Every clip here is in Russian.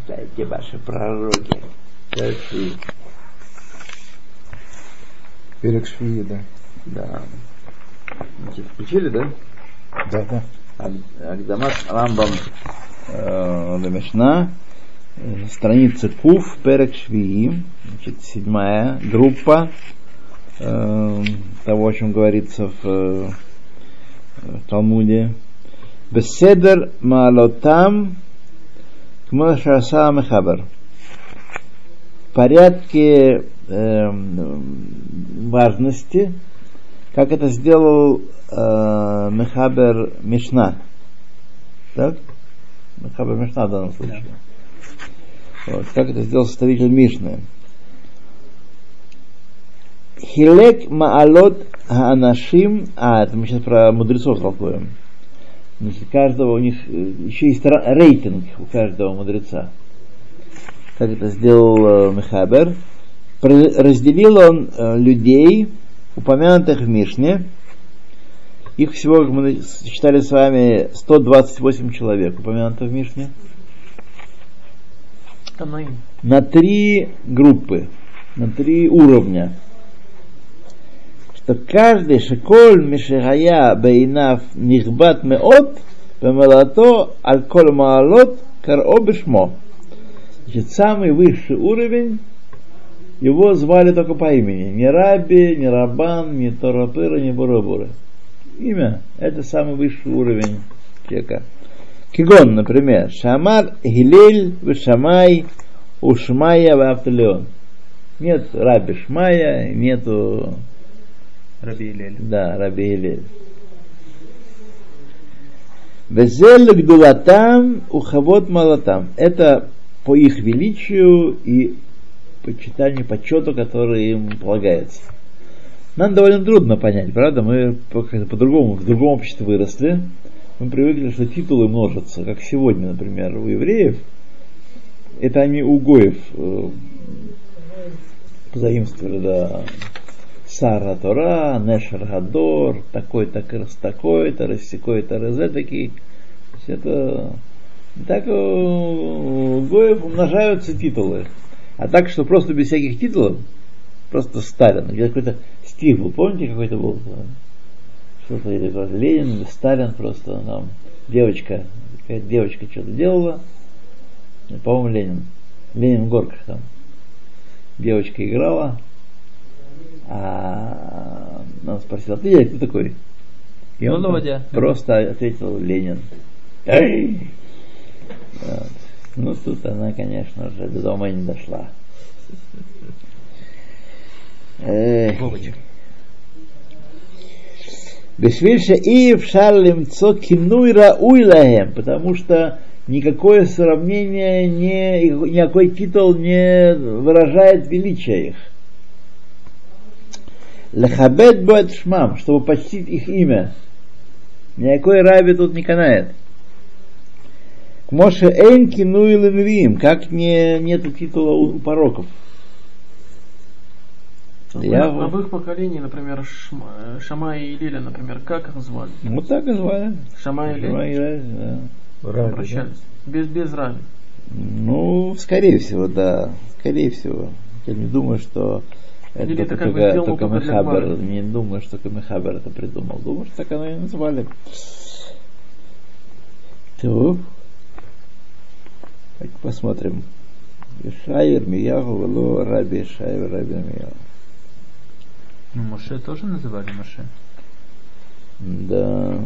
Читайте ваши пророки. Перек Швии, да. Да. Значит, включили, да? Да. Агдамат Рамбам Мишна, страница Куф, Перек Швии, значит, 7-я группа того, о чем говорится в Талмуде. Беседер Маалотам Кмашаса Мехабер. В порядке важности, как это сделал Мехабер Мишна. Так? Мехабер Мишна в данном случае. Вот. Как это сделал составитель Мишны. Хилек Маалот Хаанашим. Это мы сейчас про мудрецов толкуем. Значит, каждого у них еще есть рейтинг у каждого мудреца. Как это сделал Мехабер. Разделил он людей, упомянутых в Мишне. Их всего, как мы читали с вами, 128 человек, упомянутых в Мишне. На 3 группы, на 3 уровня. Что каждый шеколь мишехая бейнав нихбат меот пемалато аль-коль маалот каро бешмо. Значит, самый высший уровень, его звали только по имени. Не Раби, не Рабан, не Торапыра, не Бурабура. Имя – это самый высший уровень человека. Кигон, например, Шамар, Гилель, Вишамай, Ушмая, Вафталион. Нет Раби Шмая, нету Раби Гилель. Да, Раби Гилель. Везель гдулатам, ухавот малатам. Это по их величию и почитанию, почету, который им полагается. Нам довольно трудно понять, правда? Мы по-другому, в другом обществе выросли. Мы привыкли, что титулы множатся, как сегодня, например, у евреев. Это они у гоев позаимствовали, да. Сара Тора, Нешер Гадор, такой-то крыс такой-то, рассекой-то резетаки. Это так у гоев умножаются титулы. А так, что просто без всяких титулов, просто Сталин. Где какой-то стих был, помните, какой-то был? Что-то или Ленин, или Сталин просто нам. Девочка что-то делала. По-моему, Ленин в горках там. Девочка играла. А он спросил: а ты кто такой? И он просто ответил: Ленин. Эй! Вот. Ну, тут она, конечно, уже до дома не дошла. Бешвильша и в шарлем цокинуйра уйлахем, потому что никакое сравнение, никакой титул не выражает величие их. Лехабет боэт шмам, чтобы почтить их имя. Никакой раби тут не канает. К Моше эйн кинуй левиим, как нету титула у пороков. В их поколении, например, Шамай и Лиля, например, как их звали? Вот так и звали. Шамай и Лиля. Да. Обращались. Без раби. Ну, скорее всего, да. Скорее всего. Я не думаю, что это только Мехабер. Не думаю, что только Мехабер это придумал. Думаю, что так оно и назвали. То. Давайте посмотрим. Ишайр, Мияху, Вело, Раби Ишайр, Раби Мияху. Ну, Моше тоже называли Моше. Да.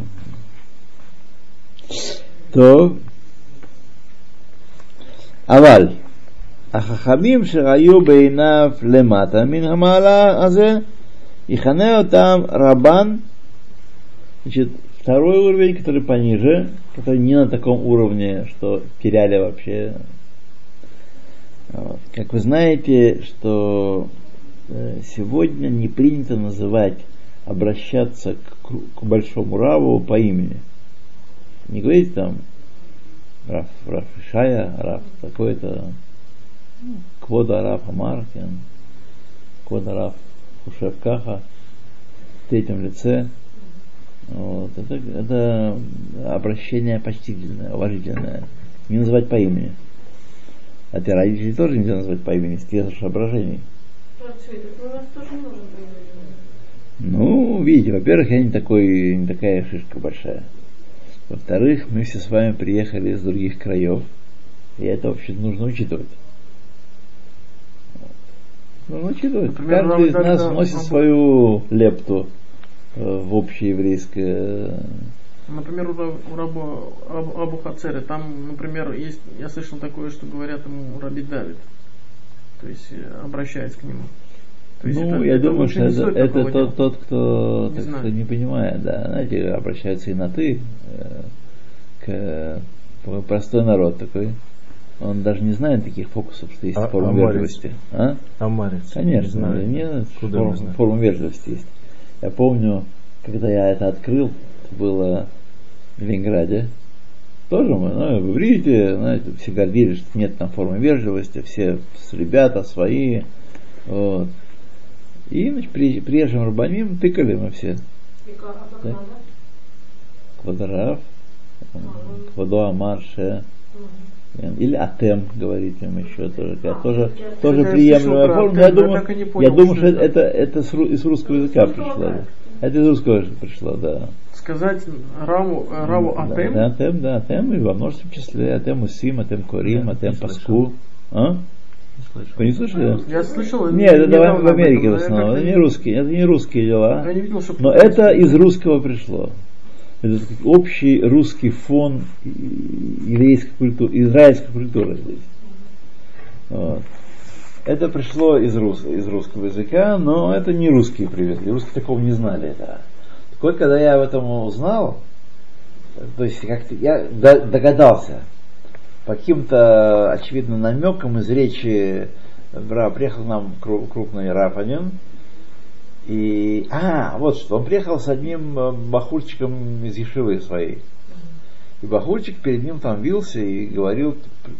То. Аваль. Ахахамим шираю бейнав лемата мин хамала азе ихане там Рабан. Значит, второй уровень, который пониже, который не на таком уровне, что теряли вообще. Вот. Как вы знаете, что сегодня не принято обращаться к большому раву по имени. Не говорить там Рав Ишая, Рав такой-то, Квода Рав Амаркин, Квода Рав Хушев Каха в третьем лице. Вот. Это обращение почтительное, уважительное. Не называть по имени. А те родителей тоже нельзя назвать по имени, с тех соображений. У нас тоже не нужен по имени. Ну, видите, во-первых, я не такая шишка большая. Во-вторых, мы все с вами приехали из других краев, и это вообще нужно учитывать. Нужно учитывать. Например, каждый из нас вносит свою лепту в общееврейское. Например, у Рабу Хацере, там, например, есть, я слышал такое, что говорят ему Раби Давид, то есть обращаясь к нему. То есть я думаю, что это тот, кто не понимает, да, знаете, обращаются и на ты, простой народ такой. Он даже не знает таких фокусов, что есть форма вежливости. Амарец. Конечно, нет, форма вежливости есть. Я помню, когда я это открыл, это было в Ленинграде. Тоже мы, в иврите, знаете, все гордились, что нет там формы вежливости, все ребята свои. Вот. И, значит, приезжим рабаним, тыкали мы все. Квадрав, Квадо Амарше. Или атем, говорите им еще тоже приемлемая форма. Я думаю, что это из русского языка пришло. Это из русского пришло, да. Сказать Раву атем? Да, атем, и во множественном числе. Атем усим, атем корим, атем паску. Вы не слышали? Я слышал. Нет, это в Америке в основном. Это не русские дела. Но это из русского пришло. Это общий русский фон еврейской культуры, израильской культуры здесь. Вот. Это пришло из русского языка, но это не русские привезли. Русские такого не знали. Это. Так вот, когда я об этом узнал, то есть как-то я догадался, по каким-то очевидным намекам из речи приехал к нам крупный рафанин. И, вот что, он приехал с одним бахурчиком из Ешивы своей. И бахурчик перед ним там вился и говорил,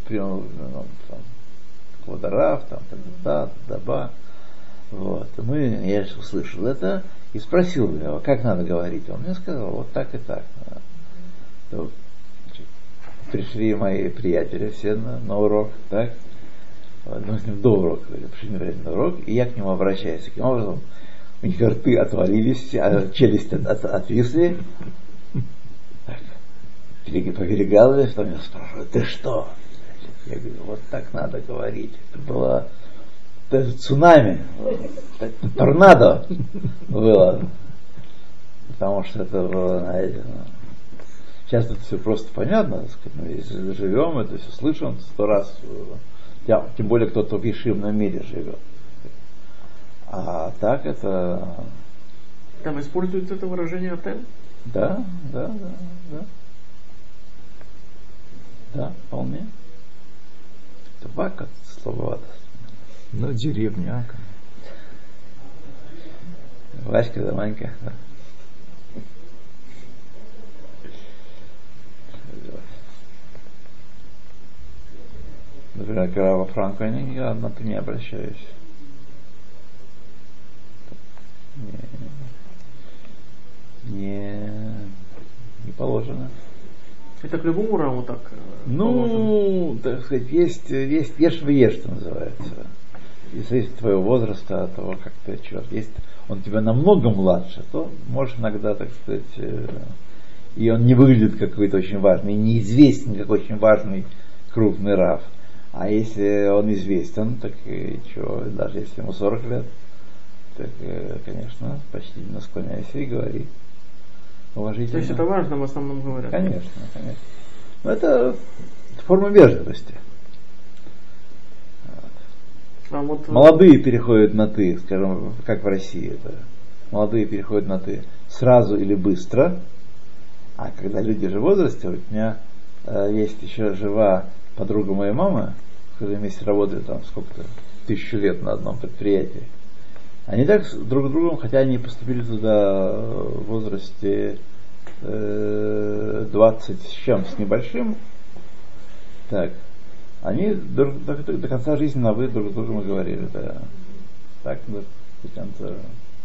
квадрав, даба. Вот. И я услышал это и спросил его, как надо говорить. Он мне сказал, вот так и так. Пришли мои приятели все на урок, так? Мы с ним до урока, пришли на урок, и я к нему обращаюсь. Таким образом, у них рты отвалились, челюсти отвисли. Так, поперегадывались, что меня спрашивают, ты что? Я говорю, вот так надо говорить. Это было цунами, торнадо было. Потому что это было, знаете, сейчас это все просто понятно, мы здесь живем, это все слышим 100 раз. Тем более кто-то в ешивном мире живет. А так это... Там используется это выражение атем? Да, вполне. Это вака, слово вата. Деревня. Васька да Манька. Да. Например, к Раву Франку я на ты не обращаюсь. Не положено. Это к любому раву так? Положено? Так сказать, есть ешь, что называется. И зависит от твоего возраста, от того, как ты черт. Если он тебя намного младше, то можешь иногда, так сказать, и он не выглядит как какой-то очень важный, неизвестен как очень важный крупный рав. А если он известен, так и чего, даже если ему 40 лет, так, конечно, почти не склоняйся и говори уважительно. То есть это важно в основном говорят? Конечно. Но это форма вежливости. Вот. Молодые переходят на ты, скажем, как в России это. Молодые переходят на ты сразу или быстро. А когда люди же в возрасте, вот у меня есть еще жива подруга моей мамы, когда вместе работали там сколько-то, 1000 лет на одном предприятии. Они так друг с другом, хотя они поступили туда в возрасте 20 с чем, с небольшим, так, они до конца жизни на вы друг с другом и говорили, да, так до конца.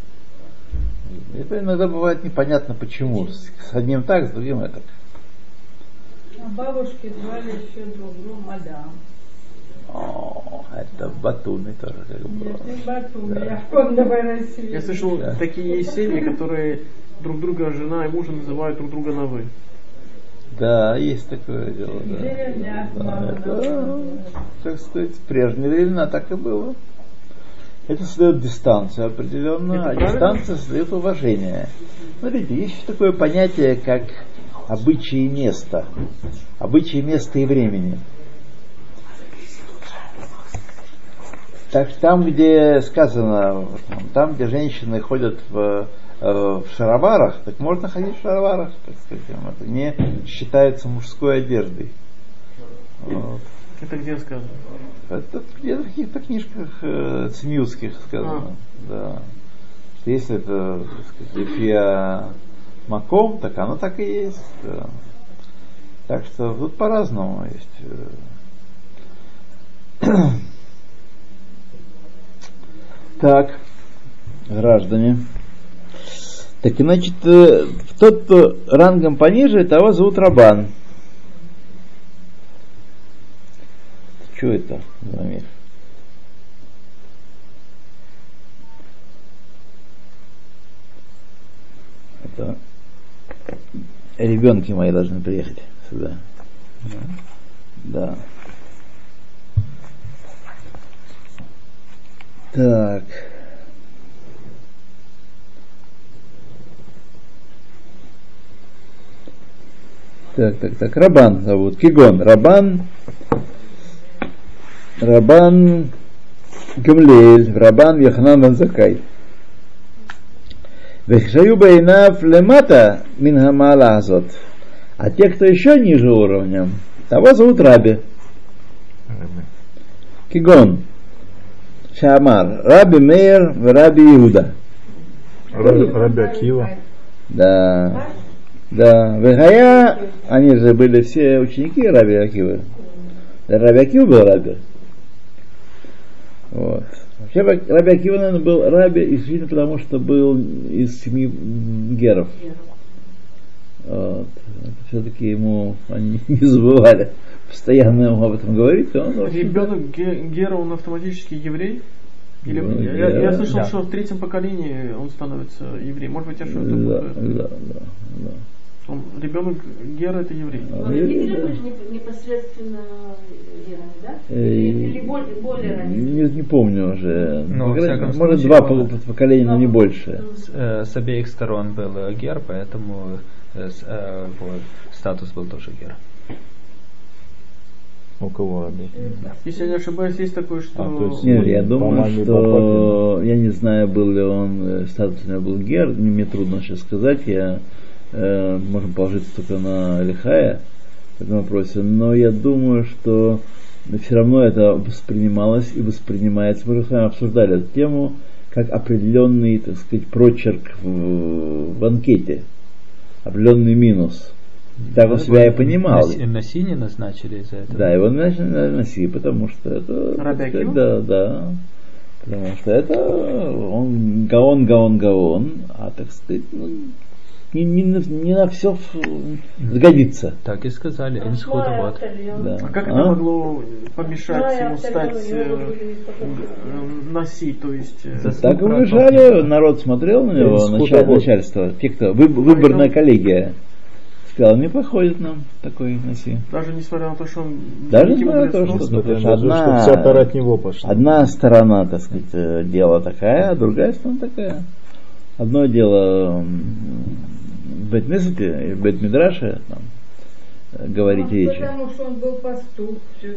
Это иногда бывает непонятно почему, с одним так, с другим это. А бабушки звали еще друг друга мадам. Да, в Батуми тоже как было. Нет, не в Батуми, да. Я в Кондовой России. Я слышал, такие есть семьи, которые друг друга, жена и муж, называют друг друга на «вы». Да, есть такое дело. Да, это, так сказать, в прежние времена так и было. Это создает дистанцию определенную, а дистанция создает уважение. Смотрите, есть такое понятие, как обычаи места. Обычаи места и времени. Так там, где сказано, там, где женщины ходят в шароварах, так можно ходить в шароварах, так сказать, это не считается мужской одеждой. Вот. Это где сказано? Это где-то в каких-то книжках цимиутских сказано. Да. Если это, так сказать, фиа маком, так оно так и есть. Да. Так что тут по-разному есть. Так, граждане. Так, значит, тот, кто рангом пониже, того зовут Рабан. Что это, Замир? Это ребенки мои должны приехать сюда. Да. Так. Так. Рабан зовут. Кигон. Рабан Гамлиэль. Рабан Яханан бен Заккай. Вехшаю бейнав лемата мин хамаала азот. А те, кто еще ниже уровнем, того зовут Раби. Кигон. Шамар. Раби Мейер в Раби Иуда. Раби Акива. Да. Вехая, они же были все ученики Раби Акивы. Раби Акива был Раби. Вот. Вообще Раби Акива, наверное, был Раби исключительно потому, что был из семьи геров. Вот. Все-таки ему они не забывали постоянно ему об этом говорить. Ребенок гера, он автоматически еврей? Или, я слышал, что в третьем поколении он становится евреем. Может быть, я что-то путаю? Да. Ребенок гера — это еврей. Родители были непосредственно герами, да? Или более ранее? Не помню уже. Может, случае, два поколения, но не больше. С обеих сторон был гер, поэтому статус был тоже гер. У кого Раби? Если я не ошибаюсь, есть такое, что... Нет, я думаю, что... Я не знаю, был ли он статус у него был гер, мне трудно сейчас сказать, можем положиться только на Лихая в этом вопросе, но я думаю, что все равно это воспринималось и воспринимается. Мы уже с вами обсуждали эту тему как определенный, так сказать, прочерк в анкете, определенный минус. Так он себя и понимал. Наси не назначили из-за этого. Да, его назначили Наси, потому что это... Да. Потому что это он гаон, а, так сказать, не на все сгодится. Так и сказали, Энсходовод. Да. А как это могло помешать ему стать Наси, то есть... Так уезжали, народ смотрел на него, начальство, те, кто, выборная коллегия. Сказал, не подходит нам такой Наси. Даже несмотря на то, что он... Даже несмотря на то, что вся пара от него пошла. Одна сторона, так сказать, дело такая, а другая сторона такая. Одно дело в Бейт-Кнесете и в Бейт-Мидраше говорить речи. Потому что он был пастух.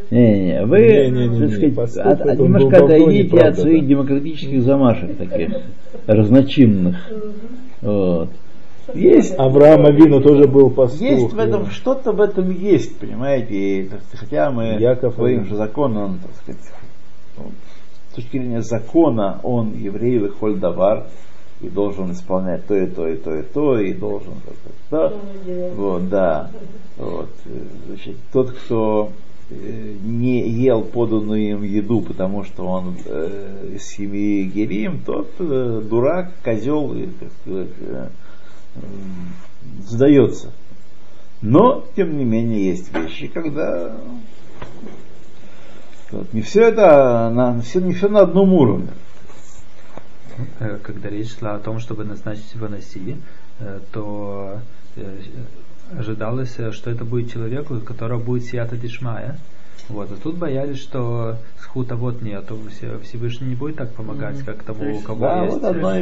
Вы, так сказать, немножко отойдите от своих демократических замашек таких разночинных. Вот. Есть, Авраам Авину тоже был пастух. Есть в этом, что-то в этом есть, понимаете, и, хотя мы говорим, что закон, он, так сказать, с точки зрения закона, он еврей лехоль давар, и должен исполнять то, и должен, вот, да, вот, значит, тот, кто не ел поданную им еду, потому что он из семьи Герим, тот дурак, козел, и, так сказать, сдается. Но, тем не менее, есть вещи, когда Вот. Не все это не все на одном уровне. Когда речь шла о том, чтобы назначить его наси, то ожидалось, что это будет человек, у которого будет сията дишмая. Вот. А тут боялись, что схута вот нету, Всевышний не будет так помогать, как тому, у кого да, есть. Вот одно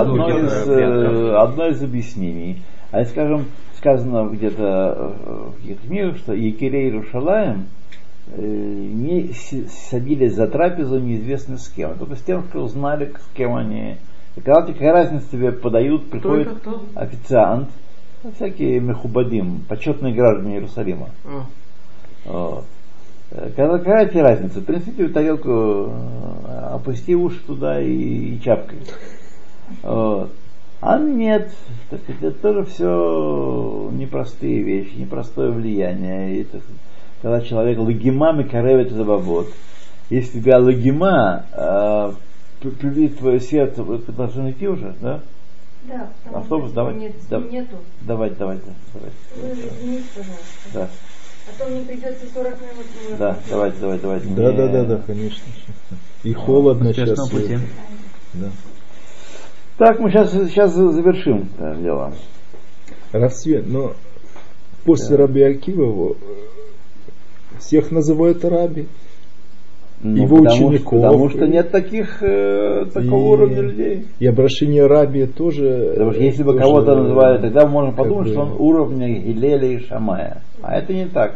из объяснений. А если, скажем, сказано где-то в каких-то книгах, что Екерей Иерушалаим не садились за трапезу неизвестно с кем, только с тем, кто знали, с кем они. И когда какая разница, тебе подают, приходит официант, всякие мехубадим, почетные граждане Иерусалима. Вот. Какая тебе разница? Принеси тебе тарелку, опусти уши туда и чапкай. Вот. А нет, так сказать, это тоже все непростые вещи, непростое влияние. И, так сказать, когда человек лагима микаревит забабот. Если тебя лагима прибит твое сердце, ты должен идти уже, да? Да, автобус, давай. Нету. Давай. Вы извините, пожалуйста. Да. А то мне придется 40 минут. Да, давайте. Да, конечно. И холодно сейчас. Да. Так, мы сейчас завершим это дело. Рассвет, но после Раби Акива всех называют раби. Его учеников. Потому что нет такого уровня людей. И обращение раби тоже. Потому что если бы кого-то называли, тогда можно подумать, что он уровня Гилеля и Шамая. А это не так.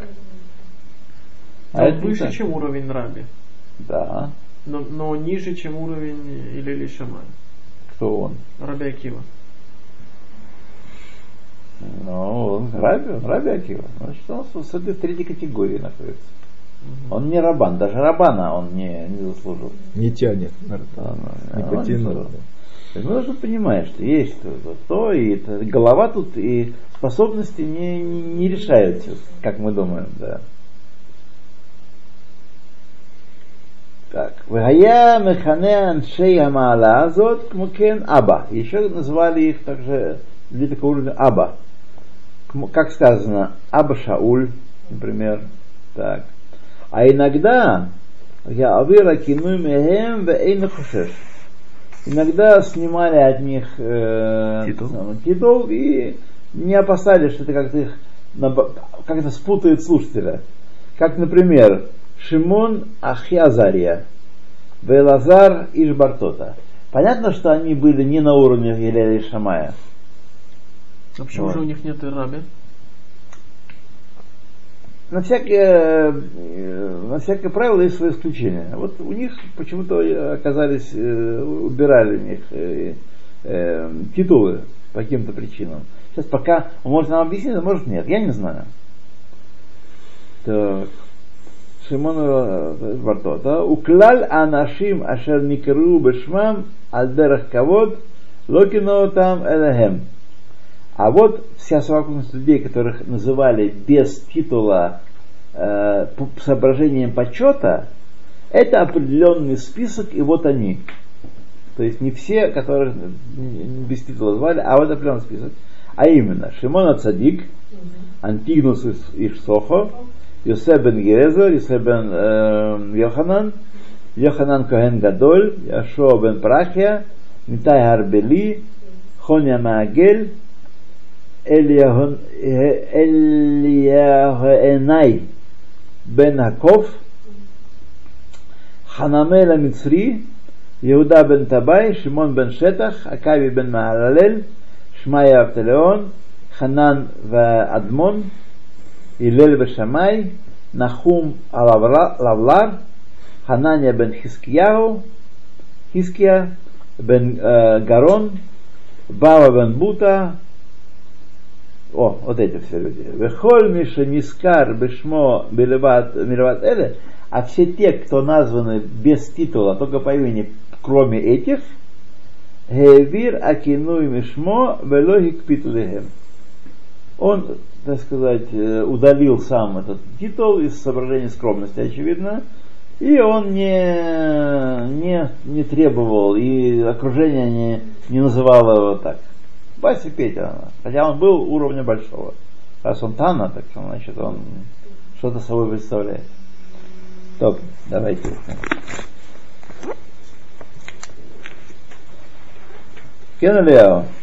Он выше, чем уровень раби. Да. Но ниже, чем уровень Гилеля и Шамая. Кто он? Раби Акива. Он Раби Акива. Значит, он в этой третьей категории находится. Он не рабан, даже рабана он не заслужил. Не тянет. Не потянул. Мы должны понимать, что есть то, и голова тут, и способности не решаются, как мы думаем, да. Так, Вагая Механе Аншей Амаала Азот Кмукен Аба. Еще называли их также для такого уровня Аба. Как сказано, Аба Шауль, например. Так. А иногда я авира кину мехем вейна хушеш. Иногда снимали от них титул и не опасались, что это как-то спутает слушателя. Как, например, Шимон Ахьязария, Велазар Ишбартота. Понятно, что они были не на уровне Гилеля и Шамая. А почему же у них нет и раби? На всякое правило есть свои исключения. Вот у них почему-то оказались, убирали у них титулы по каким-то причинам. Сейчас пока он может нам объяснить, а может нет, я не знаю. Так. Шимон Бартота. Уклаль анашим ашер никеру бешмам альдерах кавод локино там элехем. А вот вся совокупность людей, которых называли без титула по соображениям почета, это определенный список, и вот они. То есть не все, которых без титула звали, а вот определенный список. А именно Шимон ацадик, Антигнус Ишсохо, Йосеф бен Герезер, Йосеф бен Йоханан, Йоханан Коэн Гадоль, Яшуа бен Парахия, Нитай Арбели, Хоня Маагель, Элияхэнай бен Аков, Ханамел Амицри, Иуда бен Табай, Шимон бен Шетах, Акави бен Маалалель, Шмая Автелеон, Ханан вАдмон, Илель бешамай, Нахум Лавлар, Ханания бен Хиския бен Гарон, Бава бен Бута. Вот эти все люди. Вехоль Миша Нискар Бешмо Милеват Эле, а все те, кто названы без титула, только по имени, кроме этих, Гевир Акину Мишмо Велохик Питулехем. Он, так сказать, удалил сам этот титул из соображения скромности, очевидно, и он не требовал, и окружение не называло его так. Вася Петя, хотя он был уровня большого. Раз он Тана, так значит он что-то собой представляет. Стоп, давайте. כן, אליהו.